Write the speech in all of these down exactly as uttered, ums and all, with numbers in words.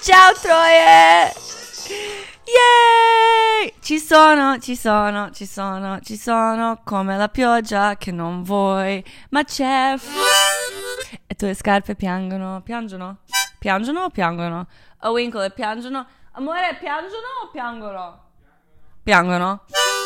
Ciao Troie! Yay! Ci sono, ci sono, ci sono, ci sono, come la pioggia che non vuoi, ma c'è. E tue scarpe piangono, piangono? Piangono o piangono? A Winkle piangono? Amore, piangono o piangono? Piangono?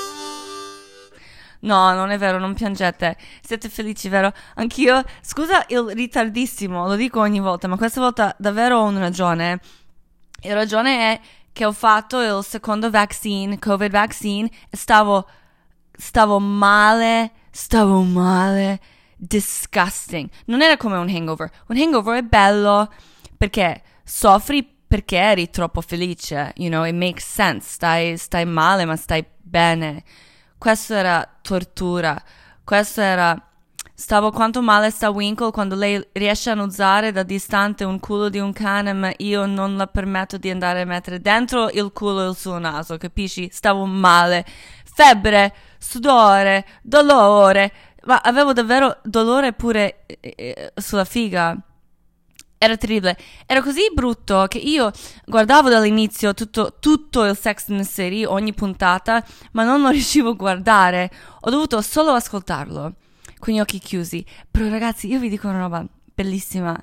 No, non è vero, non piangete. Siete felici, vero? Anch'io. Scusa il ritardissimo, lo dico ogni volta, ma questa volta davvero ho una ragione. La ragione è che ho fatto il secondo vaccine, Covid vaccine, e stavo, stavo male, stavo male, disgusting. Non era come un hangover. Un hangover è bello perché soffri perché eri troppo felice, you know, it makes sense. Stai, stai male, ma stai bene. Questo era tortura. Questo era... Stavo quanto male sta Winkle quando lei riesce a annusare da distante un culo di un cane, ma io non la permetto di andare a mettere dentro il culo il suo naso, capisci? Stavo male. Febbre, sudore, dolore, ma avevo davvero dolore pure eh, sulla figa. Era terribile. Era così brutto che io guardavo dall'inizio tutto, tutto il Sex and the City, ogni puntata, ma non lo riuscivo a guardare. Ho dovuto solo ascoltarlo con gli occhi chiusi. Però ragazzi, io vi dico una roba bellissima.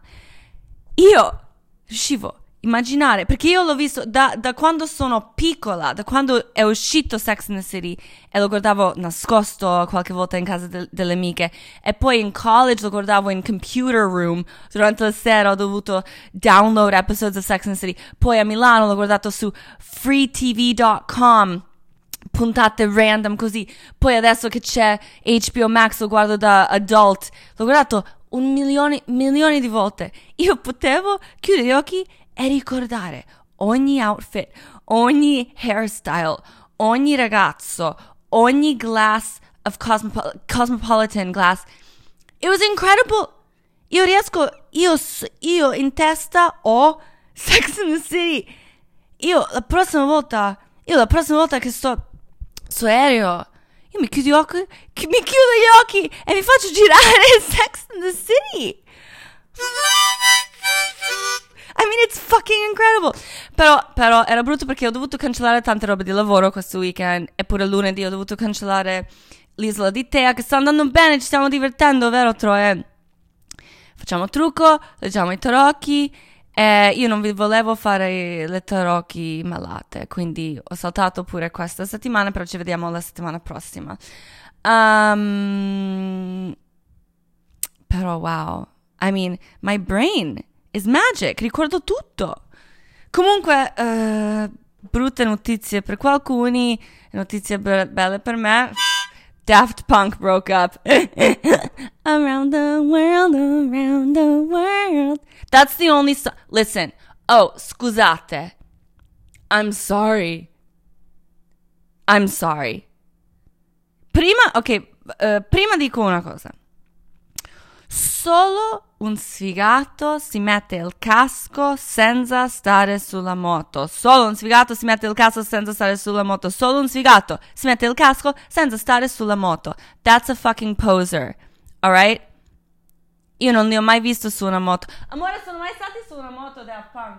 Io riuscivo a immaginare, perché io l'ho visto da, da quando sono piccola, da quando è uscito Sex and the City, e lo guardavo nascosto qualche volta in casa de, delle amiche, e poi in college lo guardavo in computer room, durante la sera ho dovuto download episodes of Sex and the City, poi a Milano l'ho guardato su free t v dot com, puntate random così, poi adesso che c'è H B O Max lo guardo da adult, l'ho guardato un milione, milioni di volte. Io potevo chiudere gli occhi e ricordare ogni outfit, ogni hairstyle, ogni ragazzo, ogni glass of Cosmopol- Cosmopolitan glass. It was incredible. Io riesco, io, io in testa ho Sex and the City. Io la prossima volta, io la prossima volta che sto su aereo, io mi chiudo gli occhi, mi chiudo gli occhi e mi faccio girare Sex and the City. I mean, it's fucking incredible. Però, però era brutto perché ho dovuto cancellare tante robe di lavoro questo weekend, e pure lunedì ho dovuto cancellare l'isola di Tea, che sta andando bene, ci stiamo divertendo, vero Troie? Facciamo trucco, leggiamo i tarocchi. Eh, io non vi volevo fare le tarocchi malate, quindi ho saltato pure questa settimana, però ci vediamo la settimana prossima. Um, però wow, I mean, my brain is magic, ricordo tutto. Comunque, uh, brutte notizie per qualcuni, notizie be- belle per me. Daft Punk broke up. Around the world, around the world. That's the only song. Listen. Oh, scusate. I'm sorry. I'm sorry. Prima, ok, uh, prima dico una cosa. Solo un sfigato si mette il casco senza stare sulla moto. Solo un sfigato si mette il casco senza stare sulla moto. Solo un sfigato si mette il casco senza stare sulla moto. That's a fucking poser. Alright? Io non li ho mai visto su una moto. Amore, sono mai stati su una moto Daft Punk?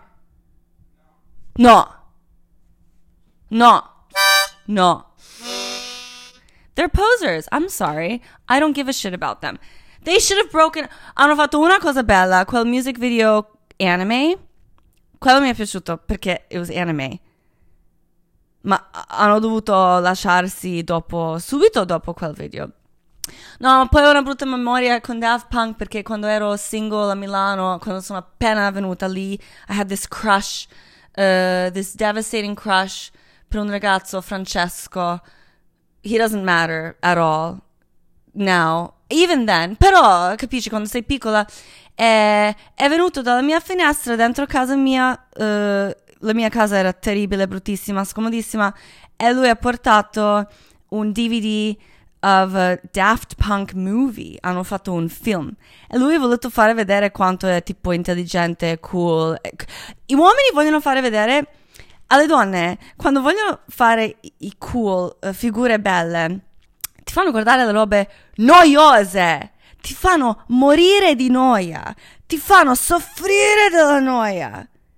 No. No. No. They're posers. I'm sorry. I don't give a shit about them. They should have broken... Hanno fatto una cosa bella, quel music video anime. Quello mi è piaciuto perché it was anime. Ma hanno dovuto lasciarsi dopo, subito dopo quel video. No, poi ho una brutta memoria con Daft Punk perché quando ero single a Milano, quando sono appena venuta lì, I had this crush, uh, this devastating crush per un ragazzo, Francesco. He doesn't matter at all now. Even then, però, capisci, quando sei piccola, è, è venuto dalla mia finestra dentro casa mia, uh, la mia casa era terribile, bruttissima, scomodissima, e lui ha portato un D V D of a Daft Punk movie, hanno fatto un film, e lui ha voluto fare vedere quanto è tipo intelligente, cool. I uomini vogliono fare vedere alle donne, quando vogliono fare i cool, uh, figure belle, ti fanno guardare le robe noiose, ti fanno morire di noia, ti fanno soffrire della noia,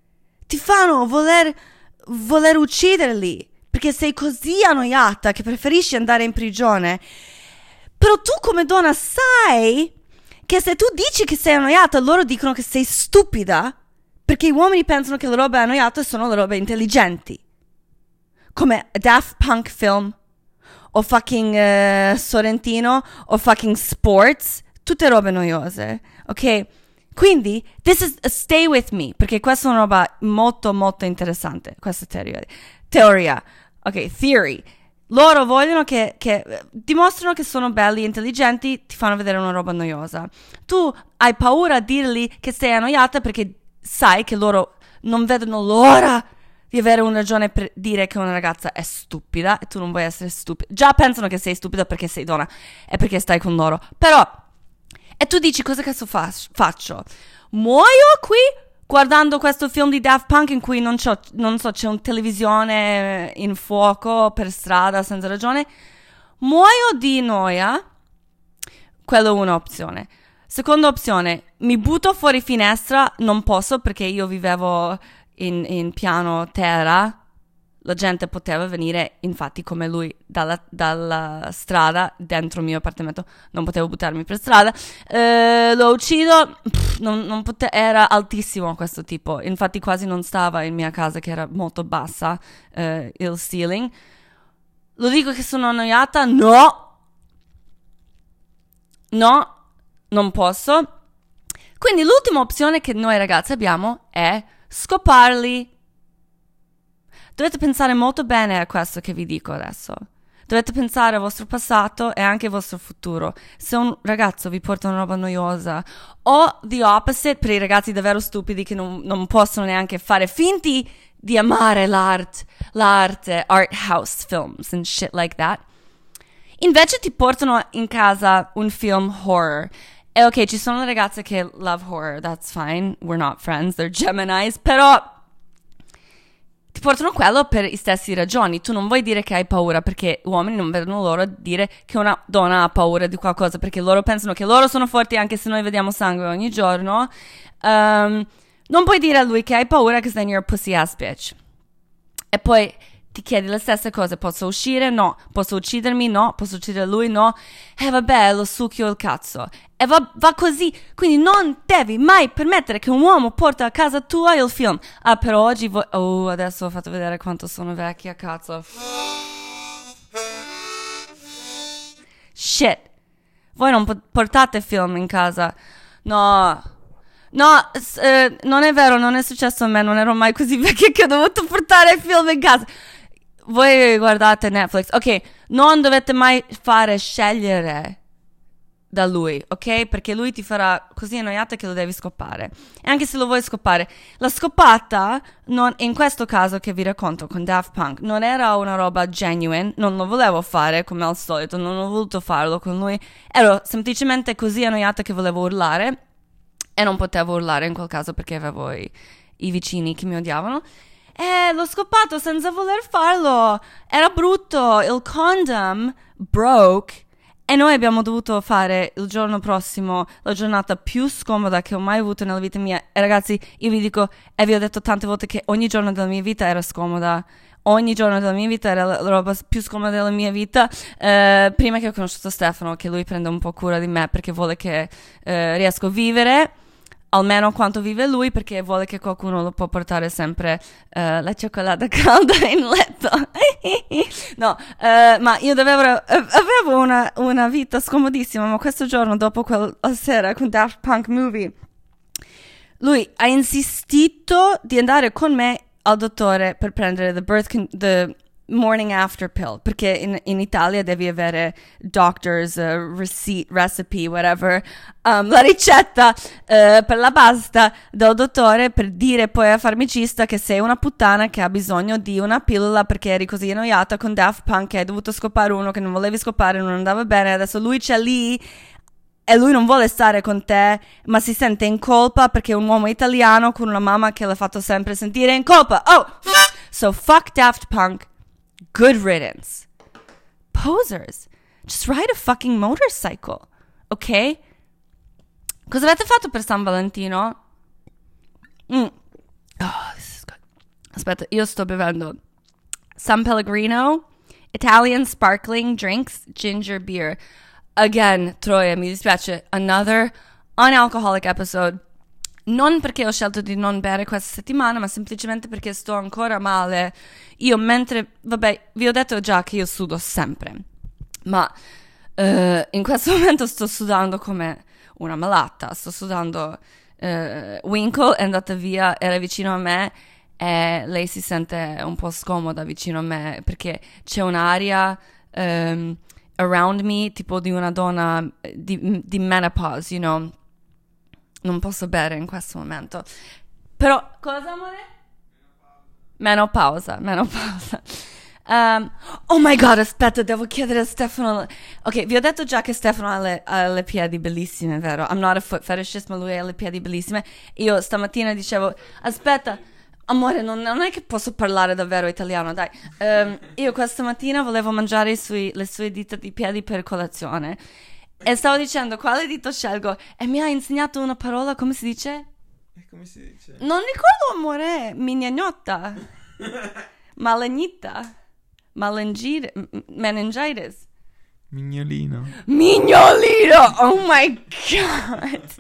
ti fanno voler, voler ucciderli, perché sei così annoiata che preferisci andare in prigione. Però tu come donna sai che se tu dici che sei annoiata, loro dicono che sei stupida, perché gli uomini pensano che le robe annoiate sono le robe intelligenti. Come Daft Punk film, o fucking uh, Sorrentino, o fucking Sports, tutte robe noiose, ok? Quindi, this is a stay with me, perché questa è una roba molto molto interessante, questa teoria. Teoria, ok, theory. Loro vogliono che, che dimostrano che sono belli e intelligenti, ti fanno vedere una roba noiosa. Tu hai paura a dirgli che sei annoiata perché sai che loro non vedono l'ora di avere una ragione per dire che una ragazza è stupida e tu non vuoi essere stupida. Già pensano che sei stupida perché sei donna e perché stai con loro. Però, e tu dici cosa cazzo fa- faccio? Muoio qui guardando questo film di Daft Punk in cui non, c'ho, non so, c'è un televisione in fuoco per strada senza ragione. Muoio di noia. Quella è una opzione. Seconda opzione, mi butto fuori finestra. Non posso perché io vivevo in, in piano terra. La gente poteva venire, infatti, come lui, dalla, dalla strada, dentro il mio appartamento. Non potevo buttarmi per strada. Eh, lo uccido. Pff, non, non pote- era altissimo questo tipo. Infatti quasi non stava in mia casa, che era molto bassa, eh, il ceiling. Lo dico che sono annoiata? No. No, non posso. Quindi l'ultima opzione che noi ragazzi abbiamo è scoparli. Dovete pensare molto bene a questo che vi dico adesso. Dovete pensare al vostro passato e anche al vostro futuro. Se un ragazzo vi porta una roba noiosa, o the opposite, per i ragazzi davvero stupidi che non, non possono neanche fare finti di amare l'arte, l'arte, art house films and shit like that, invece ti portano in casa un film horror. E ok, ci sono le ragazze che love horror, that's fine, we're not friends, they're Geminis, però ti portano quello per i stessi ragioni. Tu non vuoi dire che hai paura perché uomini non vedono loro dire che una donna ha paura di qualcosa, perché loro pensano che loro sono forti anche se noi vediamo sangue ogni giorno. Um, non puoi dire a lui che hai paura because then you're a pussy ass bitch. E poi ti chiedi le stesse cose. Posso uscire? No. Posso uccidermi? No. Posso uccidere lui? No. E eh, vabbè, lo succhio il cazzo. E va, va così. Quindi non devi mai permettere che un uomo porta a casa tua il film. Ah, però oggi vo- oh, adesso ho fatto vedere quanto sono vecchia, cazzo. Shit. Voi non po- portate film in casa. No. No, s- eh, non è vero, non è successo a me. Non ero mai così vecchia che ho dovuto portare film in casa. Voi guardate Netflix, ok, non dovete mai fare scegliere da lui, ok? Perché lui ti farà così annoiata che lo devi scopare. E anche se lo vuoi scopare, la scopata, non, in questo caso che vi racconto con Daft Punk, non era una roba genuine, non lo volevo fare come al solito, non ho voluto farlo con lui, ero semplicemente così annoiata che volevo urlare e non potevo urlare in quel caso perché avevo i, i vicini che mi odiavano. Eh, l'ho scopato senza voler farlo. Era brutto. Il condom broke. E noi abbiamo dovuto fare il giorno prossimo la giornata più scomoda che ho mai avuto nella vita mia. E ragazzi, io vi dico, e vi ho detto tante volte che ogni giorno della mia vita era scomoda. Ogni giorno della mia vita era la, la roba più scomoda della mia vita. Eh, prima che ho conosciuto Stefano, che lui prende un po' cura di me perché vuole che eh, riesco a vivere almeno quanto vive lui, perché vuole che qualcuno lo può portare sempre uh, la cioccolata calda in letto. No, uh, ma io davvero avevo una, una vita scomodissima, ma questo giorno, dopo quella sera con Daft Punk Movie, lui ha insistito di andare con me al dottore per prendere the birth con- the morning after pill, perché in, in Italia devi avere doctor's uh, receipt, recipe, whatever, um, la ricetta uh, per la pasta del dottore per dire poi al farmacista che sei una puttana che ha bisogno di una pillola perché eri così annoiata con Daft Punk che hai dovuto scopare uno che non volevi scopare, non andava bene, adesso lui c'è lì e lui non vuole stare con te, ma si sente in colpa perché è un uomo italiano con una mamma che l'ha fatto sempre sentire in colpa. Oh! So fuck Daft Punk. Good riddance. Posers. Just ride a fucking motorcycle. Ok? Cosa avete fatto per San Valentino? Mm. Oh, this is good. Aspetta, io sto bevendo San Pellegrino Italian sparkling drinks ginger beer. Again, Troia, mi dispiace, another unalcoholic episode. Non perché ho scelto di non bere questa settimana, ma semplicemente perché sto ancora male. Io mentre, vabbè, vi ho detto già che io sudo sempre, ma uh, in questo momento sto sudando come una malata. Sto sudando, uh, Winkle è andata via, era vicino a me e lei si sente un po' scomoda vicino a me perché c'è un'aria um, around me tipo di una donna di, di menopause, you know. Non posso bere in questo momento. Però, cosa amore? Menopausa, menopausa. Um, oh my god, aspetta, devo chiedere a Stefano. Ok, vi ho detto già che Stefano ha le, ha le piedi bellissime, vero? I'm not a foot fetishist, ma lui ha le piedi bellissime. Io stamattina dicevo, aspetta, amore, non, non è che posso parlare davvero italiano, dai. Um, io questa mattina volevo mangiare i sui, le sue dita di piedi per colazione. E stavo dicendo quale dito scelgo e mi ha insegnato una parola, come si dice? E come si dice? Non ricordo, amore, mignagnotta, malegnita, malengire, meningitis. Mignolino. Mignolino, oh my god.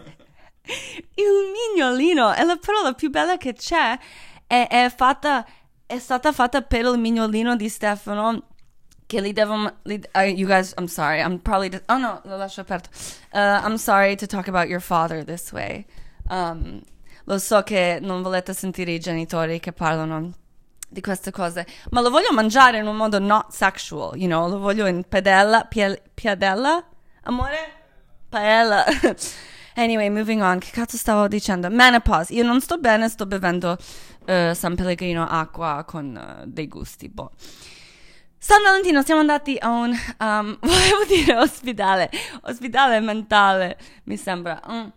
Il mignolino è la parola più bella che c'è. È, è fatta, è stata fatta per il mignolino di Stefano. Che li devo, li, uh, you guys, I'm sorry, I'm probably, just, oh no, lo lascio aperto. Uh, I'm sorry to talk about your father this way. Um, lo so che non volete sentire i genitori che parlano di queste cose, ma lo voglio mangiare in un modo not sexual, you know, lo voglio in pedella, pie, piadella, amore? Paella. Anyway, moving on, che cazzo stavo dicendo? Menopause, io non sto bene, sto bevendo uh, San Pellegrino acqua con uh, dei gusti, boh. San Valentino siamo andati a un, um, volevo dire ospedale, ospedale mentale, mi sembra. Mm.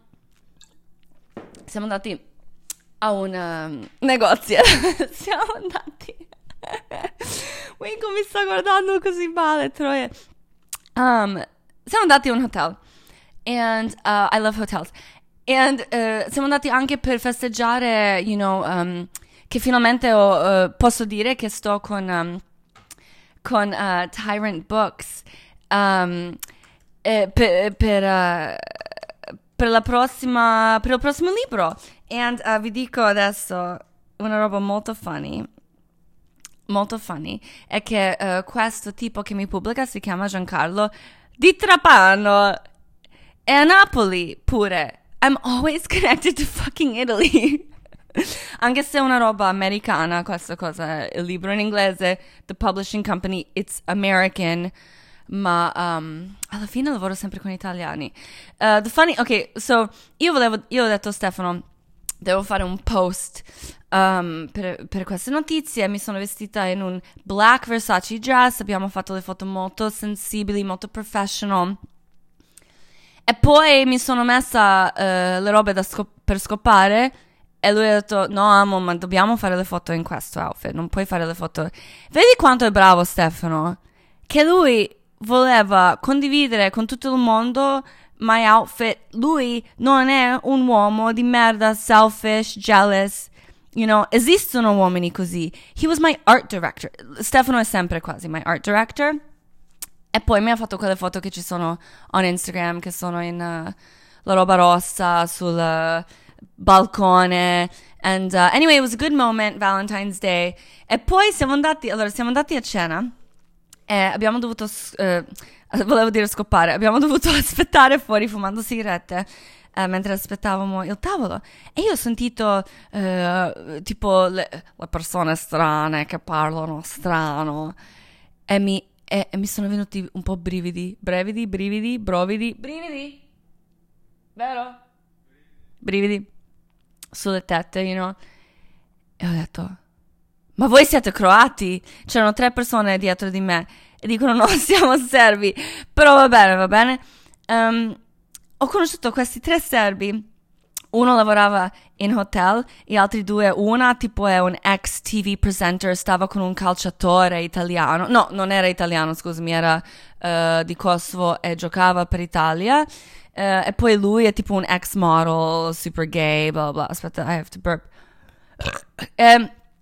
Siamo andati a un um, negozio, siamo andati, Winkle mi sta guardando così male, Troia. Um, siamo andati a un hotel, and uh, I love hotels, and uh, siamo andati anche per festeggiare, you know, um, che finalmente ho, uh, posso dire che sto con... Um, con uh, Tyrant Books um, eh, per, per, uh, per la prossima per il prossimo libro, and uh, vi dico adesso una roba molto funny molto funny è che uh, questo tipo che mi pubblica si chiama Giancarlo di Trapano, e a Napoli pure. I'm always connected to fucking Italy. Anche se è una roba americana questa cosa, il libro in inglese, the publishing company, it's American, ma um, alla fine lavoro sempre con italiani. Uh, the funny, ok, so io volevo, io ho detto a Stefano, devo fare un post um, per, per queste notizie. Mi sono vestita in un black Versace dress, abbiamo fatto le foto molto sensibili, molto professional. E poi mi sono messa uh, le robe da scop- per scopare. E lui ha detto, no amo, ma dobbiamo fare le foto in questo outfit, non puoi fare le foto. Vedi quanto è bravo Stefano, che lui voleva condividere con tutto il mondo my outfit. Lui non è un uomo di merda, selfish, jealous, you know, esistono uomini così. He was my art director. Stefano è sempre quasi my art director. E poi mi ha fatto quelle foto che ci sono on Instagram, che sono in uh, la roba rossa sul... Uh, balcone, and uh, anyway it was a good moment, Valentine's Day. E poi siamo andati, allora siamo andati a cena e abbiamo dovuto uh, volevo dire scopare, abbiamo dovuto aspettare fuori fumando sigarette uh, mentre aspettavamo il tavolo, e io ho sentito uh, tipo le, le persone strane che parlano strano, e mi, e, e mi sono venuti un po' brividi, brevidi, brividi, brovidi, brividi, vero? Brividi sulle tette, you know. E ho detto, ma voi siete croati? C'erano tre persone dietro di me e dicono no, siamo serbi. Però va bene, va bene. Um, ho conosciuto questi tre serbi. Uno lavorava in hotel, gli altri due, una tipo è un ex T V presenter, stava con un calciatore italiano. No, non era italiano, scusami, era uh, di Kosovo e giocava per Italia. Uh, e poi lui è tipo un ex model, super gay, bla bla. Aspetta, I have to burp. Um,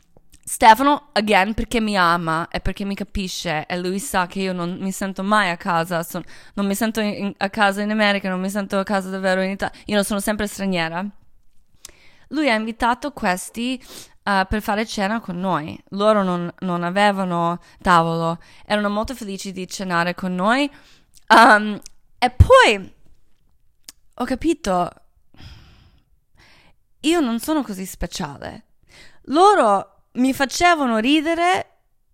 Stefano, again, perché mi ama e perché mi capisce e lui sa che io non mi sento mai a casa, son, non mi sento in, a casa in America, non mi sento a casa davvero in Italia, io non sono sempre straniera. Lui ha invitato questi uh, per fare cena con noi. Loro non, non avevano tavolo, erano molto felici di cenare con noi. Um, e poi ho capito, io non sono così speciale. Loro mi facevano ridere.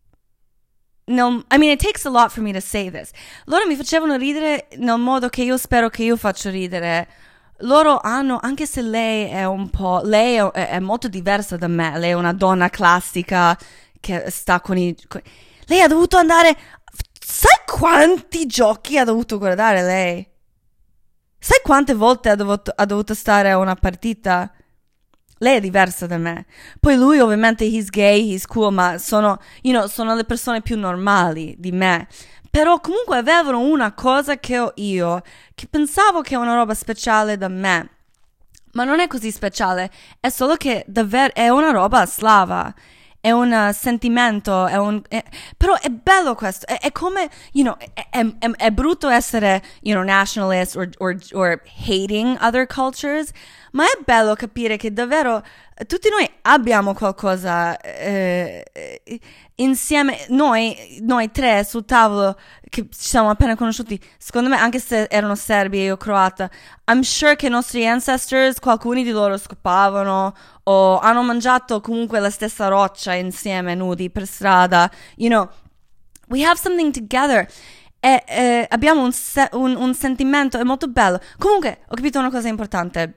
No, I mean, it takes a lot for me to say this. Loro mi facevano ridere nel modo che io spero che io faccio ridere. Loro hanno, anche se lei è un po', lei è, è molto diversa da me. Lei è una donna classica che sta con i, con, lei ha dovuto andare, sai quanti giochi ha dovuto guardare lei? Sai quante volte ha dovuto, ha dovuto stare a una partita? Lei è diversa da me. Poi lui ovviamente he's gay, he's cool, ma sono, you know, sono le persone più normali di me. Però comunque avevano una cosa che ho io, che pensavo che è una roba speciale da me. Ma non è così speciale, è solo che davvero è una roba slava. È un sentimento, è un... È, però è bello questo, è, è come, you know, è, è, è, è brutto essere, you know, nationalist or, or, or hating other cultures, ma è bello capire che davvero tutti noi abbiamo qualcosa eh, insieme, noi, noi tre sul tavolo che ci siamo appena conosciuti, secondo me anche se erano serbi e io croata, I'm sure che i nostri ancestors, qualcuno di loro scopavano o hanno mangiato comunque la stessa roccia insieme nudi per strada, you know, we have something together. E eh, abbiamo un, se- un, un sentimento, è molto bello. Comunque ho capito una cosa importante.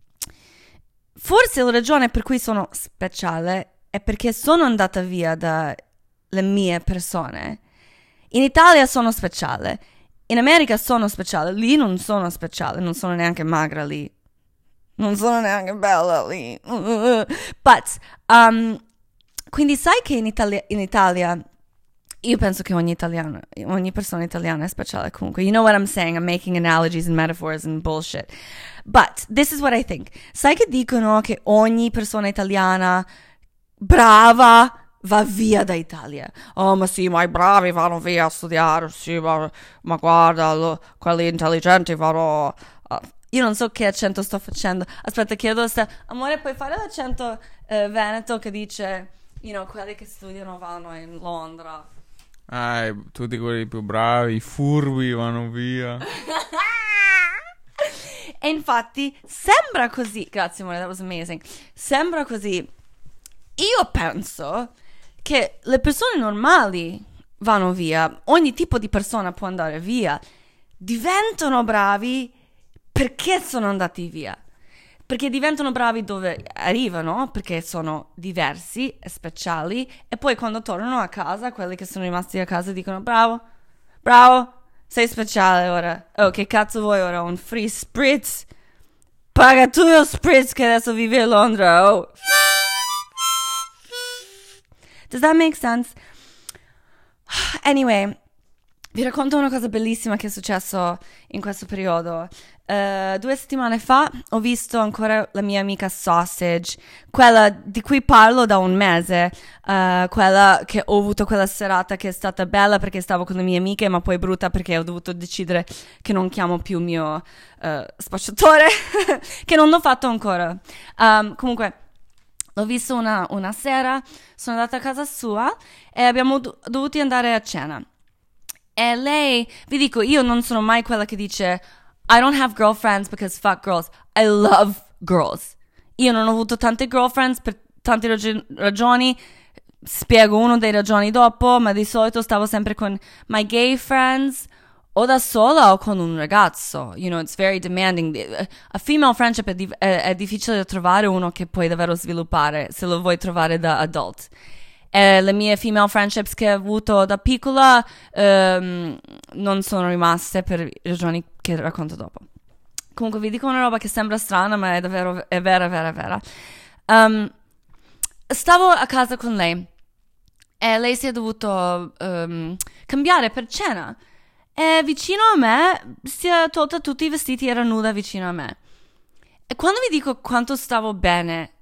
Forse la ragione per cui sono speciale è perché sono andata via dalle mie persone. In Italia sono speciale, in America sono speciale, lì non sono speciale, non sono neanche magra lì, non sono neanche bella lì. But, um, quindi sai che in Italia, in Italia, io penso che ogni italiano, ogni persona italiana è speciale comunque. You know what I'm saying? I'm making analogies and metaphors and bullshit. But this is what I think. Sai che dicono che ogni persona italiana brava va via da Italia? Oh, ma sì, ma i bravi vanno via a studiare, sì, ma, ma guarda, lo, quelli intelligenti vanno... Uh, io non so che accento sto facendo. Aspetta, chiedo se... Amore, puoi fare l'accento eh, veneto che dice, you know, quelli che studiano vanno in Londra. Ah, tutti quelli più bravi, i furbi vanno via. E infatti sembra così. Grazie amore, that was amazing. Sembra così. Io penso che le persone normali vanno via. Ogni tipo di persona può andare via. Diventano bravi perché sono andati via. Perché diventano bravi dove arrivano, perché sono diversi e speciali, e poi quando tornano a casa, quelli che sono rimasti a casa dicono bravo, bravo, sei speciale ora. Oh, che cazzo vuoi ora? Un free spritz? Paga tu lo spritz che adesso vivi a Londra, oh. Does that make sense? Anyway, vi racconto una cosa bellissima che è successo in questo periodo. Uh, due settimane fa ho visto ancora la mia amica Sausage, quella di cui parlo da un mese, uh, quella che ho avuto quella serata che è stata bella perché stavo con le mie amiche, ma poi brutta perché ho dovuto decidere che non chiamo più il mio uh, spacciatore, che non l'ho fatto ancora. Um, comunque, l'ho visto una, una sera, sono andata a casa sua e abbiamo do- dovuto andare a cena. E lei, vi dico, io non sono mai quella che dice I don't have girlfriends because fuck girls. I love girls. Io non ho avuto tante girlfriends per tante rag- ragioni. Spiego uno dei ragioni dopo, ma di solito stavo sempre con my gay friends o da sola o con un ragazzo. You know, it's very demanding. A female friendship è, di- è, è difficile da trovare uno che puoi davvero sviluppare se lo vuoi trovare da adult. E le mie female friendships che ho avuto da piccola um, non sono rimaste per ragioni che racconto dopo. Comunque vi dico una roba che sembra strana, ma è davvero, è vera, vera, vera. Um, stavo a casa con lei e lei si è dovuto um, cambiare per cena e vicino a me si è tolta tutti i vestiti, era nuda vicino a me. E quando vi dico quanto stavo bene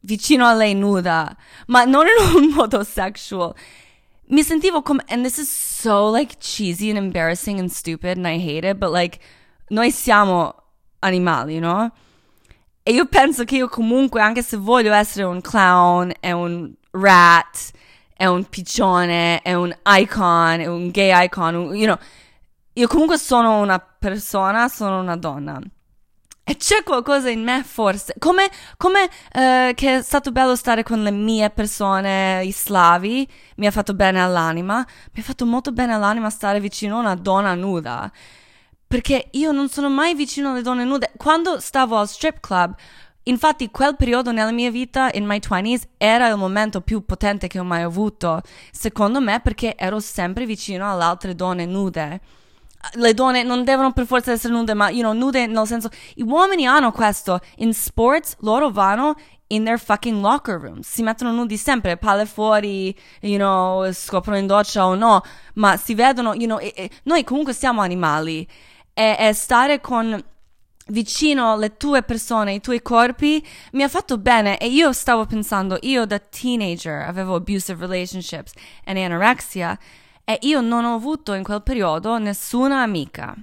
vicino a lei nuda, ma non in un modo sexual. Mi sentivo come, and this is so like cheesy and embarrassing and stupid and I hate it, but like noi siamo animali, no? E io penso che io comunque, anche se voglio essere un clown e un rat e un piccione e un icon e un gay icon, un, you know, io comunque sono una persona, sono una donna. E c'è qualcosa in me forse, come, come eh, che è stato bello stare con le mie persone, i slavi, mi ha fatto bene all'anima, mi ha fatto molto bene all'anima stare vicino a una donna nuda, perché io non sono mai vicino alle donne nude. Quando stavo al strip club, infatti quel periodo nella mia vita, in my twenties, era il momento più potente che ho mai avuto, secondo me, perché ero sempre vicino alle altre donne nude. Le donne non devono per forza essere nude, ma, you know, nude nel senso, gli uomini hanno questo, in sports loro vanno in their fucking locker rooms, si mettono nudi sempre, palle fuori, you know, scoprono in doccia o no, ma si vedono, you know, e, e, noi comunque siamo animali, e, e stare con vicino alle tue persone, i tuoi corpi, mi ha fatto bene. E io stavo pensando, io da teenager avevo abusive relationships e anorexia, e io non ho avuto in quel periodo nessuna amica.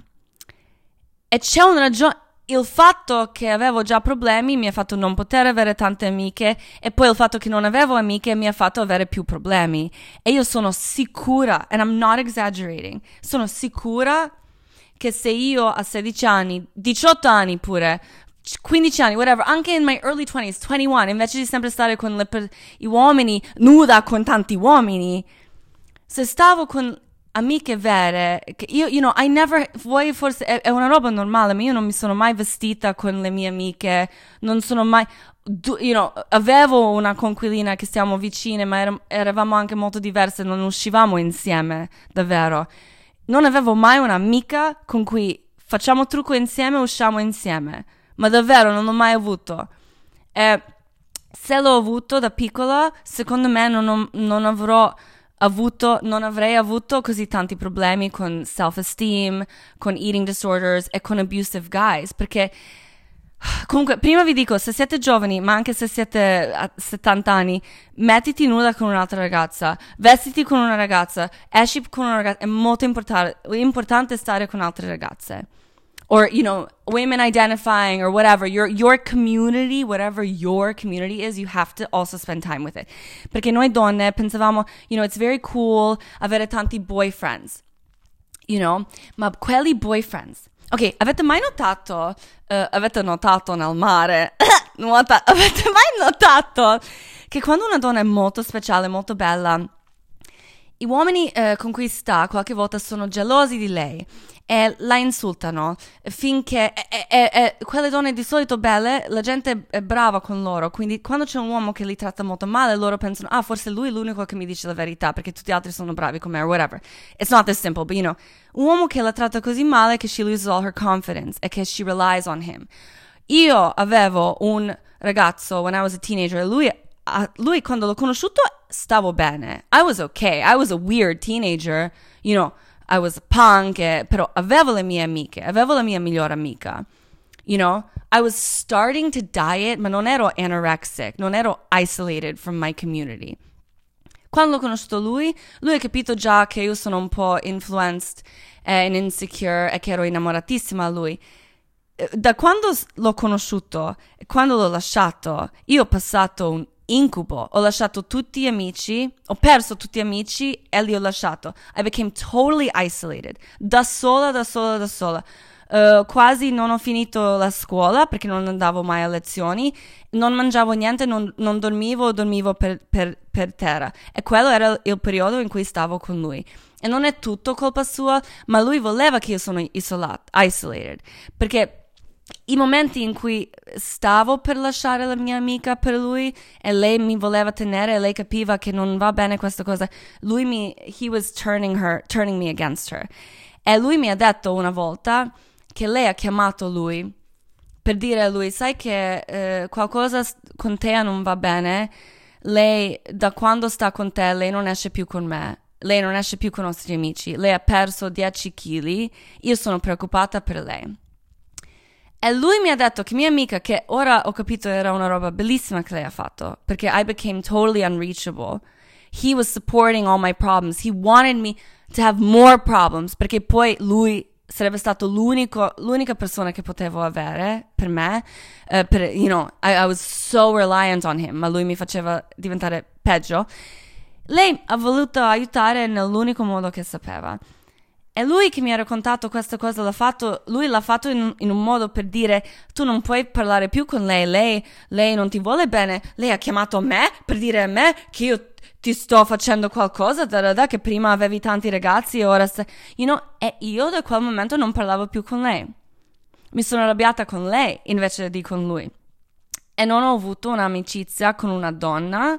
E c'è una ragione, il fatto che avevo già problemi mi ha fatto non poter avere tante amiche, e poi il fatto che non avevo amiche mi ha fatto avere più problemi. E io sono sicura, and I'm not exaggerating, sono sicura che se io a sedici anni, diciotto anni pure, quindici anni, whatever, anche in my early twenties, ventuno, invece di sempre stare con le per- gli uomini, nuda con tanti uomini, se stavo con amiche vere, che io, you know, I never, voi forse, è, è una roba normale, ma io non mi sono mai vestita con le mie amiche, non sono mai, you know, avevo una coinquilina che stiamo vicine, ma era, eravamo anche molto diverse, non uscivamo insieme, davvero. Non avevo mai un'amica con cui facciamo trucco insieme, usciamo insieme, ma davvero non l'ho mai avuto. E se l'ho avuto da piccola, secondo me non, ho, non avrò avuto, non avrei avuto così tanti problemi con self-esteem, con eating disorders e con abusive guys, perché comunque, prima vi dico, se siete giovani, ma anche se siete a settanta anni, mettiti nuda con un'altra ragazza, vestiti con una ragazza, esci con una ragazza, è molto importante, importante stare con altre ragazze. Or, you know, women identifying or whatever, your, your community, whatever your community is, you have to also spend time with it. Perché noi donne pensavamo, you know, it's very cool avere tanti boyfriends, you know, ma quelli boyfriends, ok, avete mai notato, uh, avete notato nel mare, nuota, avete mai notato che quando una donna è molto speciale, molto bella, i uomini uh, con cui sta qualche volta sono gelosi di lei e la insultano finché e, e, e, quelle donne di solito belle, la gente è brava con loro, quindi quando c'è un uomo che li tratta molto male, loro pensano, ah, forse lui è l'unico che mi dice la verità perché tutti gli altri sono bravi con me or whatever. It's not this simple, but you know, un uomo che la tratta così male che she loses all her confidence e che she relies on him. Io avevo un ragazzo when I was a teenager e lui, uh, lui quando l'ho conosciuto stavo bene, I was okay, I was a weird teenager, you know, I was punk, eh, però avevo le mie amiche, avevo la mia migliore amica, you know, I was starting to diet, ma non ero anorexic, non ero isolated from my community. Quando ho conosciuto lui, lui ha capito già che io sono un po' influenced e eh, insecure e che ero innamoratissima a lui. Da quando l'ho conosciuto e quando l'ho lasciato, io ho passato un incubo, ho lasciato tutti gli amici, ho perso tutti gli amici e li ho lasciato. I became totally isolated, da sola, da sola, da sola. Uh, quasi non ho finito la scuola perché non andavo mai a lezioni, non mangiavo niente, non, non dormivo, dormivo per, per, per terra. E quello era il periodo in cui stavo con lui. E non è tutto colpa sua, ma lui voleva che io sono isolato, isolated, perché i momenti in cui stavo per lasciare la mia amica per lui e lei mi voleva tenere e lei capiva che non va bene questa cosa, lui mi, he was turning her, turning me against her. E lui mi ha detto una volta che lei ha chiamato lui per dire a lui, sai che eh, qualcosa con te non va bene, lei da quando sta con te, lei non esce più con me. Lei non esce più con i nostri amici, lei ha perso dieci chili, io sono preoccupata per lei. E lui mi ha detto che mia amica, che ora ho capito era una roba bellissima che lei ha fatto, perché I became totally unreachable. He was supporting all my problems. He wanted me to have more problems, perché poi lui sarebbe stato l'unico, l'unica persona che potevo avere per me. Uh, per, you know, I, I was so reliant on him, ma lui mi faceva diventare peggio. Lei ha voluto aiutare nell'unico modo che sapeva. E lui che mi ha raccontato questa cosa l'ha fatto, lui l'ha fatto in, in un modo per dire: tu non puoi parlare più con lei, lei, lei non ti vuole bene, lei ha chiamato me per dire a me che io ti sto facendo qualcosa, da, da, da, che prima avevi tanti ragazzi e ora stai... You know, e io da quel momento non parlavo più con lei. Mi sono arrabbiata con lei invece di con lui. E non ho avuto un'amicizia con una donna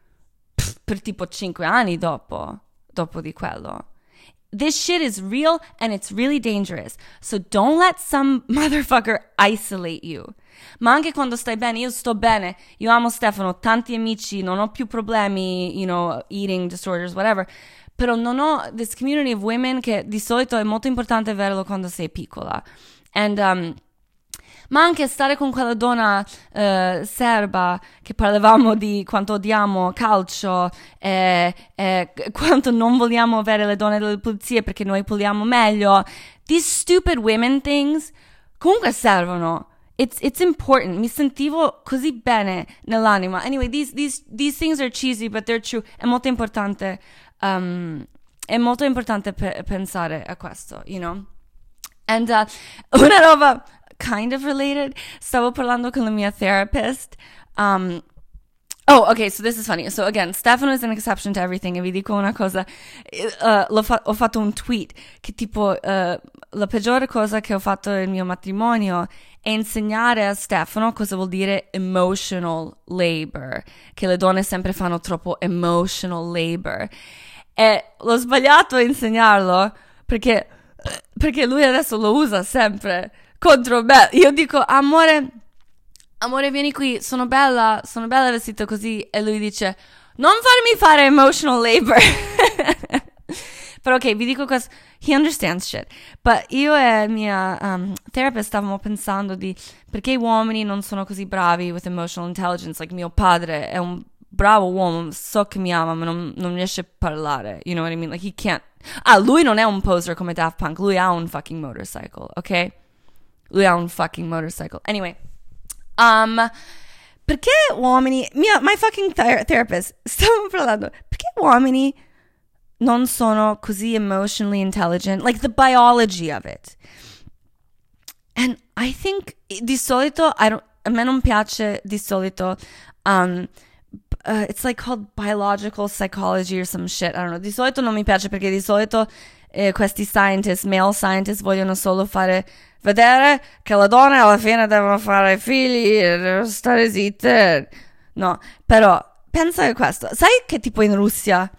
pff, per tipo cinque anni dopo, dopo di quello. This shit is real and it's really dangerous. So don't let some motherfucker isolate you. Ma anche quando stai bene, io sto bene, io amo Stefano, ho tanti amici, non ho più problemi, you know, eating disorders, whatever. Però non ho this community of women che di solito è molto importante averlo quando sei piccola. And, um, ma anche stare con quella donna uh, serba che parlavamo di quanto odiamo calcio e, e quanto non vogliamo avere le donne delle pulizie perché noi puliamo meglio. These stupid women things comunque servono. It's it's important. Mi sentivo così bene nell'anima. Anyway, these these these things are cheesy, but they're true. È molto importante. Um, è molto importante pe- pensare a questo, you know. And uh, una roba kind of related. Stavo parlando con la mia therapist. Um, oh, okay, so this is funny. So again, Stefano is an exception to everything. E vi dico una cosa. Uh, l'ho fa- ho fatto un tweet che tipo uh, la peggiore cosa che ho fatto nel mio matrimonio è insegnare a Stefano cosa vuol dire emotional labor. Che le donne sempre fanno troppo emotional labor. E l'ho sbagliato a insegnarlo perché, perché lui adesso lo usa sempre contro me. Io dico: amore, amore, vieni qui, sono bella, sono bella vestita così. E lui dice: non farmi fare emotional labor. Però ok, vi dico questo. He understands shit. But io e mia um, therapist stavamo pensando di perché gli uomini non sono così bravi with emotional intelligence. Like mio padre è un bravo uomo, so che mi ama, ma non, non riesce a parlare. You know what I mean? Like he can't. Ah, lui non è un poser come Daft Punk. Lui ha un fucking motorcycle, ok? Lui ha un fucking motorcycle. Anyway, um, perché uomini, mia, my fucking ther- therapist, stavo parlando, perché uomini non sono così emotionally intelligent? Like the biology of it. And I think, di solito, I don't, a me non piace di solito, um, uh, it's like called biological psychology or some shit, I don't know. Di solito non mi piace perché di solito eh, questi scientists, male scientists, vogliono solo fare vedere che le donne alla fine devono fare figli e devono stare zitte. No, però pensa a questo. Sai che tipo in Russia,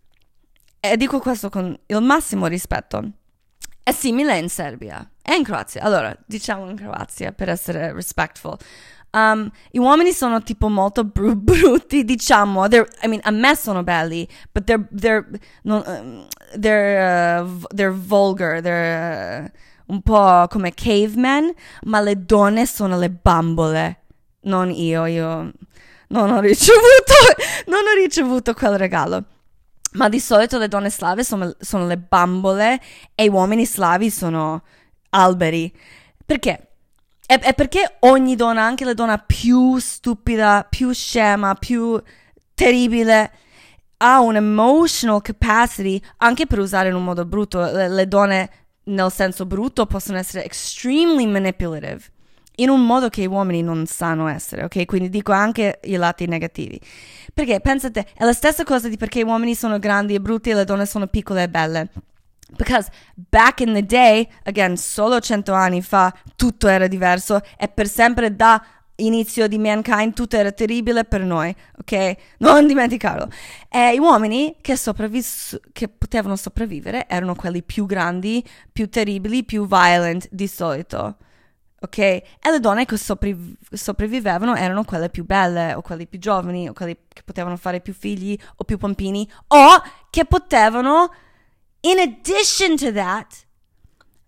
e dico questo con il massimo rispetto, è simile in Serbia e in Croazia. Allora, diciamo in Croazia per essere respectful. Um, I uomini sono tipo molto bru- brutti, diciamo. They're, I mean, a me sono belli, but they're they're no, um, they're uh, v- they're vulgar. They're uh, un po' come cavemen, ma le donne sono le bambole. Non io, io non ho ricevuto, non ho ricevuto quel regalo. Ma di solito le donne slave sono, sono le bambole e gli uomini slavi sono alberi. Perché? È, è perché ogni donna, anche la donna più stupida, più scema, più terribile, ha un emotional capacity anche per usare in un modo brutto. Le, le donne nel senso brutto possono essere extremely manipulative in un modo che gli uomini non sanno essere, ok? Quindi dico anche i lati negativi. Perché, pensate, è la stessa cosa di perché gli uomini sono grandi e brutti e le donne sono piccole e belle. Because back in the day, again, solo cento anni fa, tutto era diverso e per sempre da inizio di Mankind tutto era terribile per noi, ok? Non dimenticarlo. E gli uomini che, sopravvis- che potevano sopravvivere erano quelli più grandi, più terribili, più violent di solito. Ok? E le donne che sopravv- sopravvivevano erano quelle più belle, o quelli più giovani, o quelli che potevano fare più figli, o più pompini, o che potevano, in addition to that,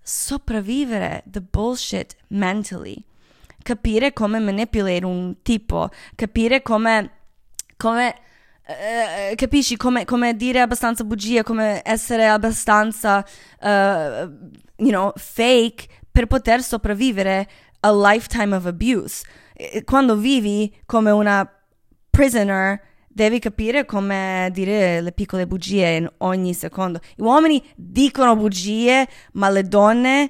sopravvivere the bullshit mentally, capire come manipolare un tipo, capire come, come uh, capisci, come, come dire abbastanza bugie, come essere abbastanza, uh, you know, fake per poter sopravvivere a lifetime of abuse. Quando vivi come una prisoner, devi capire come dire le piccole bugie in ogni secondo. Gli uomini dicono bugie, ma le donne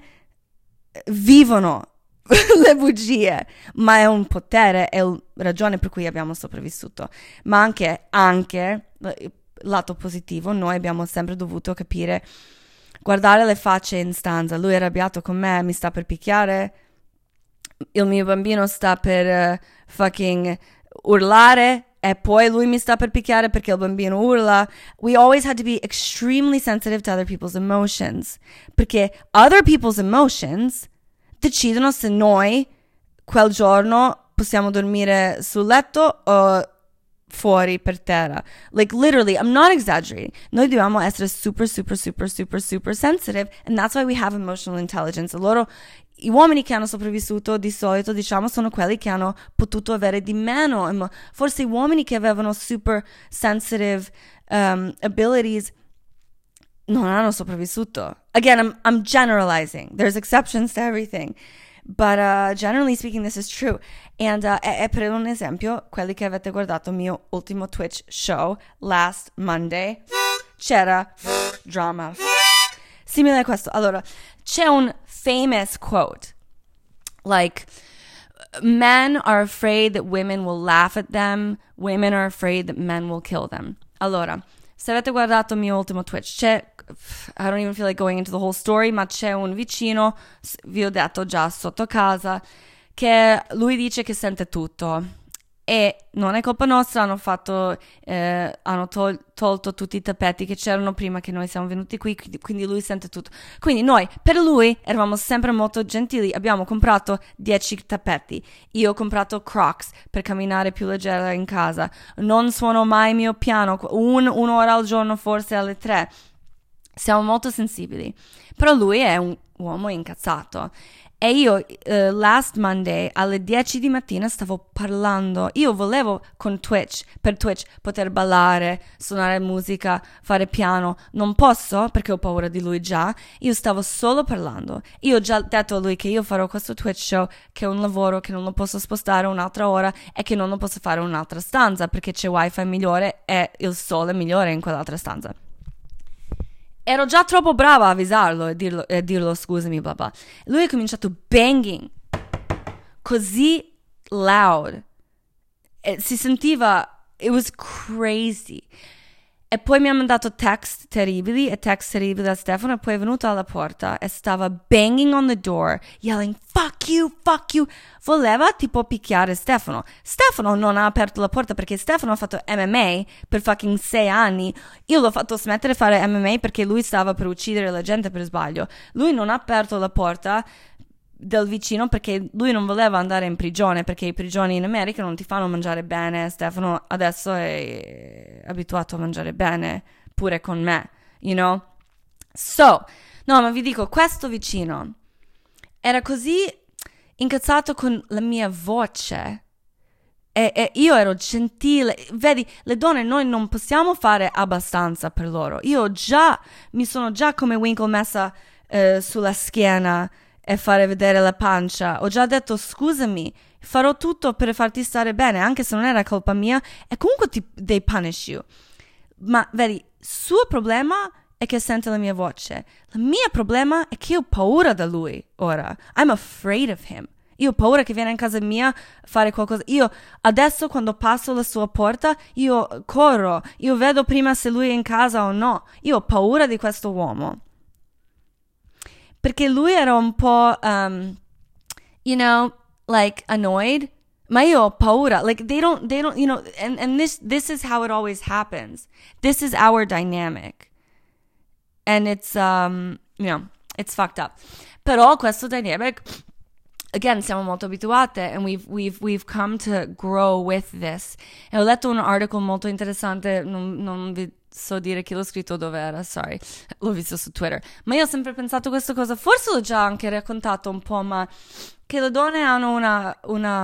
vivono le bugie. Ma è un potere, è la ragione per cui abbiamo sopravvissuto. Ma anche, anche, lato positivo, noi abbiamo sempre dovuto capire, guardare le facce in stanza. Lui è arrabbiato con me, mi sta per picchiare, il mio bambino sta per uh, fucking urlare, e poi lui mi sta per picchiare perché il bambino urla. We always had to be extremely sensitive to other people's emotions, perché other people's emotions decidono se noi quel giorno possiamo dormire sul letto o fuori per terra. Like literally, I'm not exaggerating. Noi dobbiamo essere super super super super super sensitive, and that's why we have emotional intelligence. Loro, gli uomini che hanno sopravvissuto di solito, diciamo, sono quelli che hanno potuto avere di meno. Forse gli uomini che avevano super sensitive um, abilities non hanno sopravvissuto. Again, I'm, I'm generalizing. There's exceptions to everything. But uh, generally speaking, this is true. And uh, e, e per un esempio, quelli che avete guardato il mio ultimo Twitch show last Monday, c'era drama. Simile a questo. Allora, c'è un famous quote. Like, men are afraid that women will laugh at them. Women are afraid that men will kill them. Allora, se avete guardato il mio ultimo Twitch, c'è, I don't even feel like going into the whole story, ma c'è un vicino, vi ho detto già, sotto casa, che lui dice che sente tutto. E non è colpa nostra, hanno fatto, eh, hanno tol- tolto tutti i tappeti che c'erano prima che noi siamo venuti qui, quindi lui sente tutto. Quindi noi, per lui, eravamo sempre molto gentili, abbiamo comprato dieci tappeti. Io ho comprato Crocs per camminare più leggera in casa. Non suono mai il mio piano, un, un'ora al giorno, forse alle tre. Siamo molto sensibili. Però lui è un uomo incazzato. E io uh, last Monday alle dieci di mattina stavo parlando. Io volevo con Twitch, per Twitch, poter ballare, suonare musica, fare piano. Non posso perché ho paura di lui già. Io stavo solo parlando. Io ho già detto a lui che io farò questo Twitch show, che è un lavoro che non lo posso spostare un'altra ora e che non lo posso fare in un'altra stanza perché c'è wifi migliore e il sole migliore in quell'altra stanza. Ero già troppo brava a avvisarlo e dirlo, e dirlo scusami, bla bla. Lui ha cominciato banging così loud. E si sentiva, it was crazy. E poi mi ha mandato text terribili e text terribili a Stefano e poi è venuto alla porta e stava banging on the door, yelling fuck you, fuck you. Voleva tipo picchiare Stefano. Stefano non ha aperto la porta perché Stefano ha fatto M M A per fucking sei anni. Io l'ho fatto smettere di fare M M A perché lui stava per uccidere la gente per sbaglio. Lui non ha aperto la porta del vicino perché lui non voleva andare in prigione, perché i prigioni in America non ti fanno mangiare bene. Stefano adesso è abituato a mangiare bene pure con me, you know? So, no, ma vi dico, questo vicino era così incazzato con la mia voce e, e io ero gentile. Vedi, le donne noi non possiamo fare abbastanza per loro. Io già mi sono già come Winkle messa eh, sulla schiena e fare vedere la pancia. Ho già detto scusami, farò tutto per farti stare bene, anche se non era colpa mia, e comunque ti, they punish you. Ma vedi, il suo problema è che sente la mia voce. Il mio problema è che io ho paura da lui ora. I'm afraid of him. Io ho paura che viene in casa mia a fare qualcosa. Io adesso quando passo la sua porta, io corro. Io vedo prima se lui è in casa o no. Io ho paura di questo uomo. Perché lui era un po', um, you know, like annoyed. Ma io ho paura. Like they don't, they don't, you know, and, and this, this is how it always happens. This is our dynamic. And it's, um, you know, it's fucked up. Però questo dynamic, again, siamo molto abituate and we've, we've, we've come to grow with this. E ho letto un article molto interessante, non, non vi so dire chi l'ho scritto o dove era, sorry, l'ho visto su Twitter. Ma io ho sempre pensato questa cosa, forse l'ho già anche raccontato un po', ma che le donne hanno una... una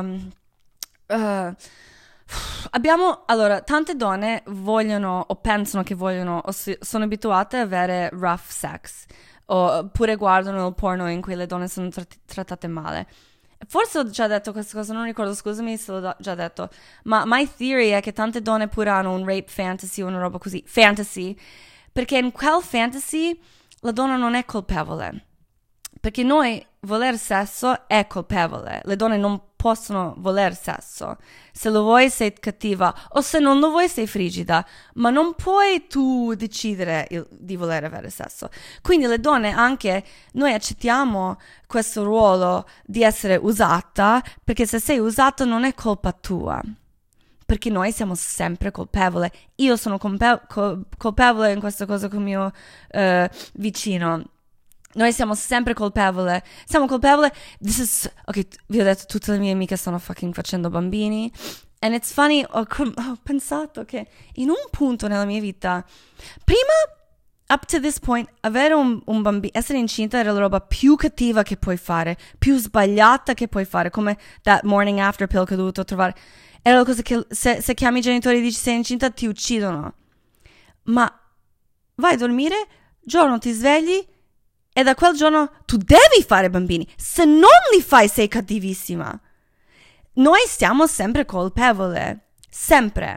uh, abbiamo, allora, tante donne vogliono o pensano che vogliono o si, sono abituate ad avere rough sex, oppure guardano il porno in cui le donne sono trat- trattate male. Forse ho già detto questa cosa, non ricordo, scusami se l'ho già detto, ma my theory è che tante donne pure hanno un rape fantasy o una roba così, fantasy, perché in quel fantasy la donna non è colpevole, perché noi voler sesso è colpevole, le donne non possono voler sesso, se lo vuoi sei cattiva o se non lo vuoi sei frigida, ma non puoi tu decidere il, di voler avere sesso. Quindi le donne anche, noi accettiamo questo ruolo di essere usata, perché se sei usata non è colpa tua, perché noi siamo sempre colpevoli. Io sono colpe- col- colpevole in questa cosa con mio uh, vicino. Noi siamo sempre colpevoli. Siamo colpevoli. This is... Ok, vi ho detto, tutte le mie amiche stanno fucking facendo bambini. And it's funny, ho, ho pensato che in un punto nella mia vita, prima, up to this point, avere un, un bambino, essere incinta era la roba più cattiva che puoi fare, più sbagliata che puoi fare, come that morning after pill che ho dovuto trovare. Era la cosa che se, se chiami i genitori e dici sei incinta ti uccidono. Ma vai a dormire, giorno ti svegli, e da quel giorno tu devi fare bambini. Se non li fai sei cattivissima. Noi siamo sempre colpevoli. Sempre.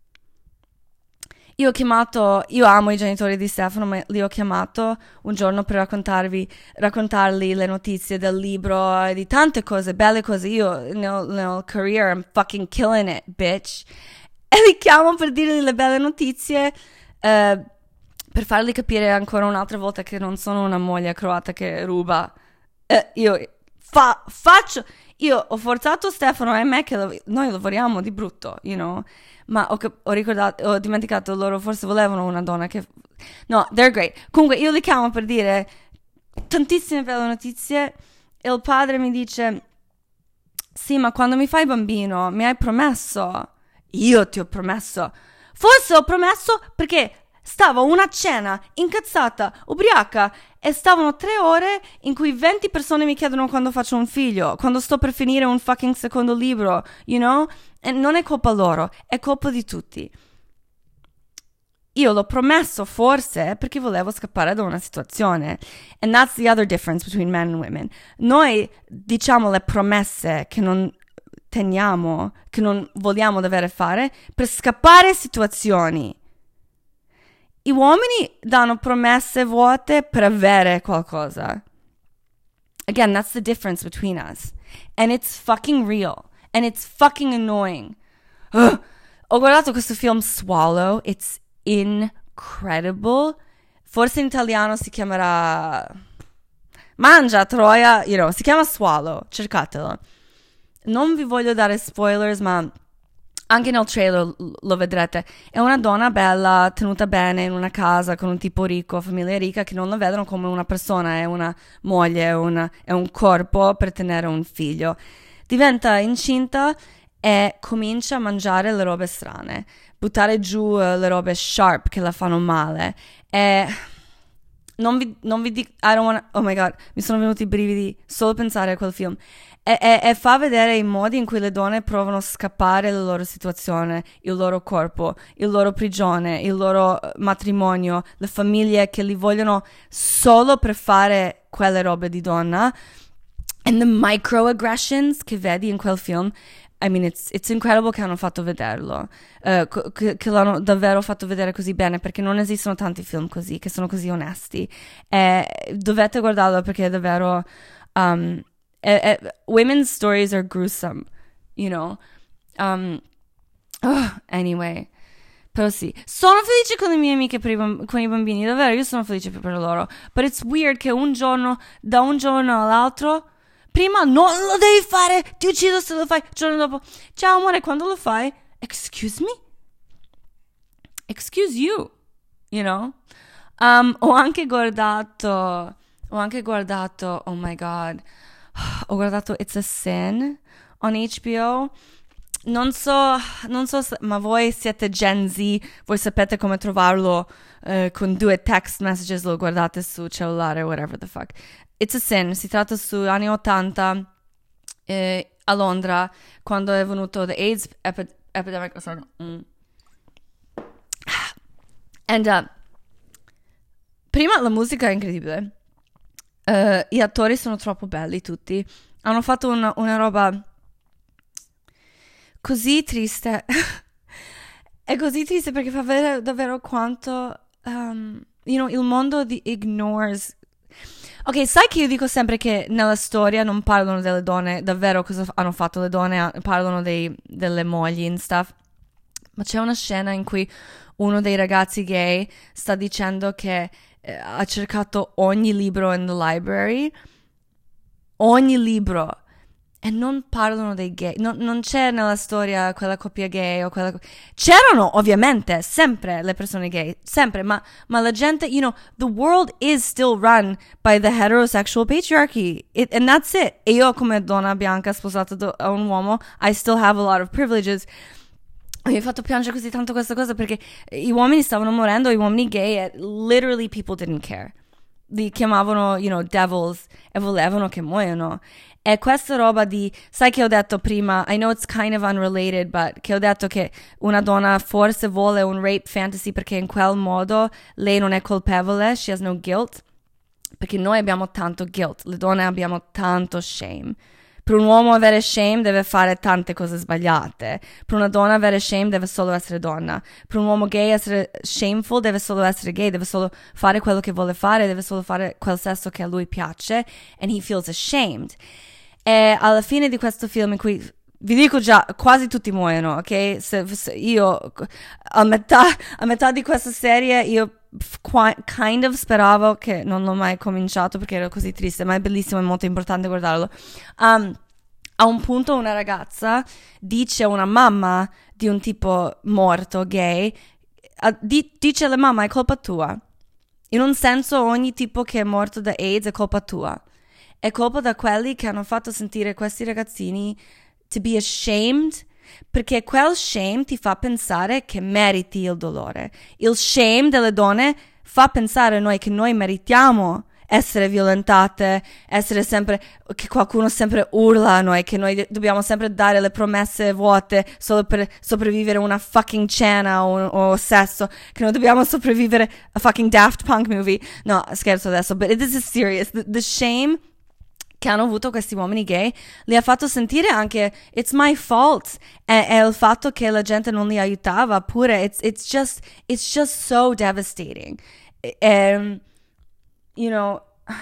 Io ho chiamato, io amo i genitori di Stefano, ma li ho chiamato un giorno per raccontarvi, raccontargli le notizie del libro e di tante cose, belle cose. Io nel, nel career I'm fucking killing it, bitch. E li chiamo per dirgli le belle notizie, uh, per fargli capire ancora un'altra volta che non sono una moglie croata che ruba. Eh, io fa, faccio... Io ho forzato Stefano e me che lav- noi lavoriamo di brutto, you know? Ma ho, ho ricordato, ho dimenticato, loro forse volevano una donna che... No, they're great. Comunque io li chiamo per dire tantissime belle notizie e il padre mi dice: sì, ma quando mi fai bambino mi hai promesso. Io ti ho promesso. Forse ho promesso perché... Stavo a una cena, incazzata, ubriaca, e stavano tre ore in cui venti persone mi chiedono quando faccio un figlio, quando sto per finire un fucking secondo libro, you know? E non è colpa loro, è colpa di tutti. Io l'ho promesso forse perché volevo scappare da una situazione. And that's the other difference between men and women. Noi diciamo le promesse che non teniamo, che non vogliamo davvero fare, per scappare situazioni. I uomini danno promesse vuote per avere qualcosa. Again, that's the difference between us. And it's fucking real. And it's fucking annoying. Ugh. Ho guardato questo film Swallow. It's incredible. Forse in italiano si chiamerà... Mangia, Troia. You know, si chiama Swallow. Cercatelo. Non vi voglio dare spoilers, ma... Anche nel trailer lo vedrete. È una donna bella, tenuta bene in una casa con un tipo ricco, famiglia ricca, che non la vedono come una persona, è una moglie, è, una, è un corpo per tenere un figlio. Diventa incinta e comincia a mangiare le robe strane, buttare giù le robe sharp che la fanno male. E non vi, non vi dico, I don't wanna, oh my god, mi sono venuti i brividi solo pensare a quel film. E, e, e fa vedere i modi in cui le donne provano a scappare dalla loro situazione, il loro corpo, il loro prigione, il loro matrimonio, le famiglie che li vogliono solo per fare quelle robe di donna. And the microaggressions che vedi in quel film, I mean, it's, it's incredible che hanno fatto vederlo, uh, che, che l'hanno davvero fatto vedere così bene, perché non esistono tanti film così, che sono così onesti. E dovete guardarlo perché è davvero... Um, Uh, uh, women's stories are gruesome, you know. Um, oh, anyway, però sì, sono felice con le mie amiche per i bamb- con i bambini, davvero, io sono felice per loro. But it's weird che un giorno, da un giorno all'altro, prima non lo devi fare, ti uccido se lo fai, il giorno dopo, ciao amore, quando lo fai? Excuse me? Excuse you, you know. Um, ho anche guardato, ho anche guardato, oh my god, ho guardato It's a Sin on H B O. non so, non so se, ma voi siete Gen Z, voi sapete come trovarlo uh, con due text messages, lo guardate su cellulare, whatever the fuck. It's a Sin, si tratta su anni ottanta eh, a Londra, quando è venuto the AIDS epi- epidemic. Oh, sorry. Mm. And uh, prima la musica è incredibile. Uh, gli attori sono troppo belli tutti. Hanno fatto una, una roba così triste. È così triste perché fa vedere davvero quanto um, you know, il mondo di ignores. Ok, sai che io dico sempre che nella storia non parlano delle donne, davvero cosa hanno fatto le donne, parlano dei, delle mogli and stuff. Ma c'è una scena in cui uno dei ragazzi gay sta dicendo che eh, ha cercato ogni libro in the library, ogni libro, e non parlano dei gay. Non, non c'è nella storia quella coppia gay o quella... C'erano ovviamente sempre le persone gay, sempre, ma, ma la gente, you know, the world is still run by the heterosexual patriarchy, it, and that's it. E io come donna bianca sposata do, a un uomo, I still have a lot of privileges. Mi ha fatto piangere così tanto questa cosa perché gli uomini stavano morendo, gli uomini gay, e literally people didn't care. Li chiamavano, you know, devils, e volevano che muoiono. E questa roba di, sai che ho detto prima, I know it's kind of unrelated, but che ho detto che una donna forse vuole un rape fantasy perché in quel modo lei non è colpevole, she has no guilt, perché noi abbiamo tanto guilt, le donne abbiamo tanto shame. Per un uomo avere shame deve fare tante cose sbagliate. Per una donna avere shame deve solo essere donna. Per un uomo gay essere shameful deve solo essere gay, deve solo fare quello che vuole fare, deve solo fare quel sesso che a lui piace, and he feels ashamed. E alla fine di questo film, in cui vi dico già, quasi tutti muoiono, ok? Se, se io a metà, a metà di questa serie io kind of speravo, che non l'ho mai cominciato perché ero così triste, ma è bellissimo, è molto importante guardarlo. Um, a un punto una ragazza dice a una mamma di un tipo morto gay, uh, di, dice alla mamma: è colpa tua. In un senso, ogni tipo che è morto da AIDS è colpa tua. È colpa da quelli che hanno fatto sentire questi ragazzini to be ashamed, perché quel shame ti fa pensare che meriti il dolore. Il shame delle donne fa pensare a noi che noi meritiamo essere violentate, essere sempre, che qualcuno sempre urla a noi, che noi dobbiamo sempre dare le promesse vuote solo per sopravvivere a una fucking cena o, o sesso, che noi dobbiamo sopravvivere a fucking Daft Punk movie. No, scherzo adesso, but this is serious. The, the shame che hanno avuto questi uomini gay li ha fatto sentire anche it's my fault, e, e il fatto che la gente non li aiutava pure, it's, it's just it's just so devastating. Um, you know,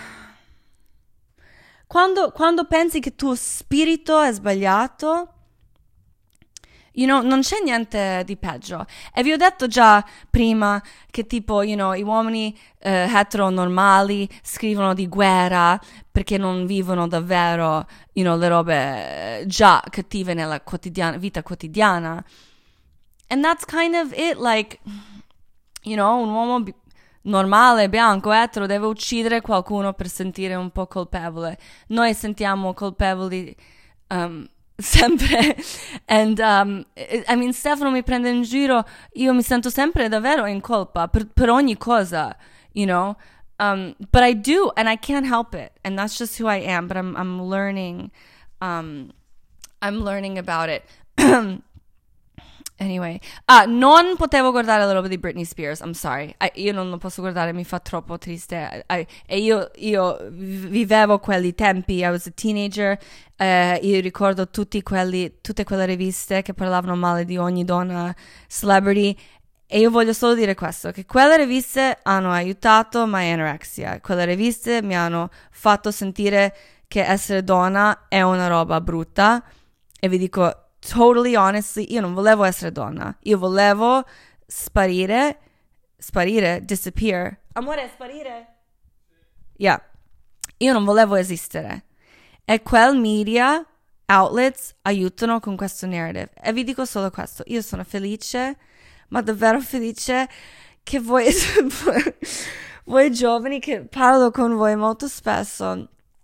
quando, quando pensi che tuo spirito è sbagliato, you know, non c'è niente di peggio. E vi ho detto già prima che tipo, you know, i uomini uh, hetero normali scrivono di guerra perché non vivono davvero, you know, le robe già cattive nella quotidiana, vita quotidiana. And that's kind of it, like, you know, un uomo bi- normale, bianco, etero deve uccidere qualcuno per sentire un po' colpevole. Noi sentiamo colpevoli um, sempre. And um, I mean, Stefano mi prende in giro, io mi sento sempre davvero in colpa per, per ogni cosa, you know. Um, but I do, and I can't help it, and that's just who I am. But I'm I'm learning, um, I'm learning about it. Anyway, ah, non potevo guardare la roba di Britney Spears. I'm sorry, I, io non lo posso guardare, mi fa troppo triste. I, e io, io vivevo quelli tempi. I was a teenager. Uh, io ricordo tutti quelli, tutte quelle riviste che parlavano male di ogni donna celebrity. E io voglio solo dire questo, che quelle riviste hanno aiutato my anorexia. Quelle riviste mi hanno fatto sentire che essere donna è una roba brutta. E vi dico, totally honestly, io non volevo essere donna. Io volevo sparire, sparire, disappear. Amore, sparire? Yeah. Io non volevo esistere. E quel media outlets aiutano con questo narrative. E vi dico solo questo, io sono felice, ma davvero felice che voi, voi giovani, che parlo con voi molto spesso,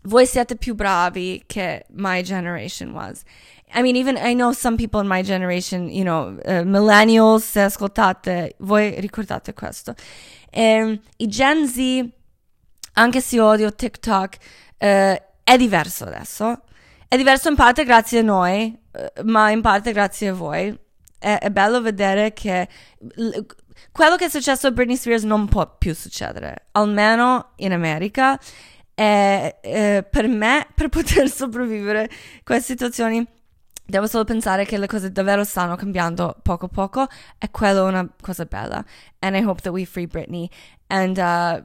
voi siete più bravi che my generation was. I mean, even I know some people in my generation, you know, uh, millennials, se ascoltate, voi ricordate questo. Um, I Gen Z, anche se odio TikTok, uh, è diverso adesso. È diverso in parte grazie a noi, uh, ma in parte grazie a voi. È, è bello vedere che l- quello che è successo a Britney Spears non può più succedere, almeno in America. E, eh, per me, per poter sopravvivere queste situazioni, devo solo pensare che le cose davvero stanno cambiando poco poco, e quello è una cosa bella. And I hope that we free Britney. And uh,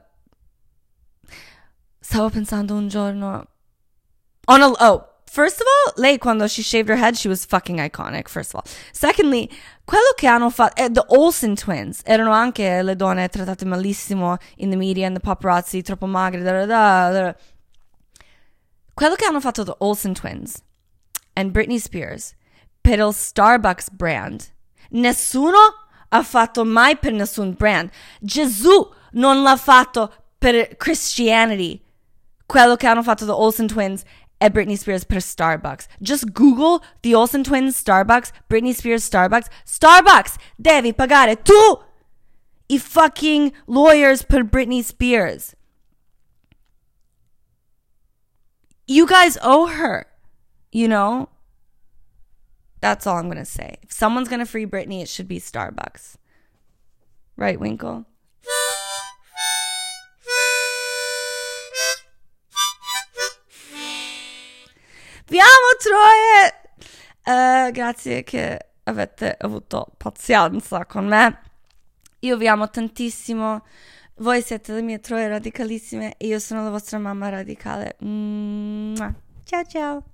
stavo pensando un giorno, oh no, oh, first of all, lei quando she shaved her head, she was fucking iconic, first of all. Secondly, quello che hanno fatto, eh, the Olsen twins, erano anche le donne trattate malissimo in the media, in the paparazzi, troppo magre, da, da, da. Quello che hanno fatto the Olsen twins and Britney Spears per il Starbucks brand, nessuno ha fatto mai per nessun brand. Gesù non l'ha fatto per Christianity. Quello che hanno fatto the Olsen twins e Britney Spears per Starbucks. Just Google the Olsen twins Starbucks, Britney Spears Starbucks. Starbucks, devi pagare tu i fucking lawyers per Britney Spears. You guys owe her, you know? That's all I'm going to say. If someone's going to free Britney, it should be Starbucks. Right, Winkle? Vi amo, Troie! Uh, grazie che avete avuto pazienza con me. Io vi amo tantissimo. Voi siete le mie Troie radicalissime e io sono la vostra mamma radicale. Mua. Ciao ciao!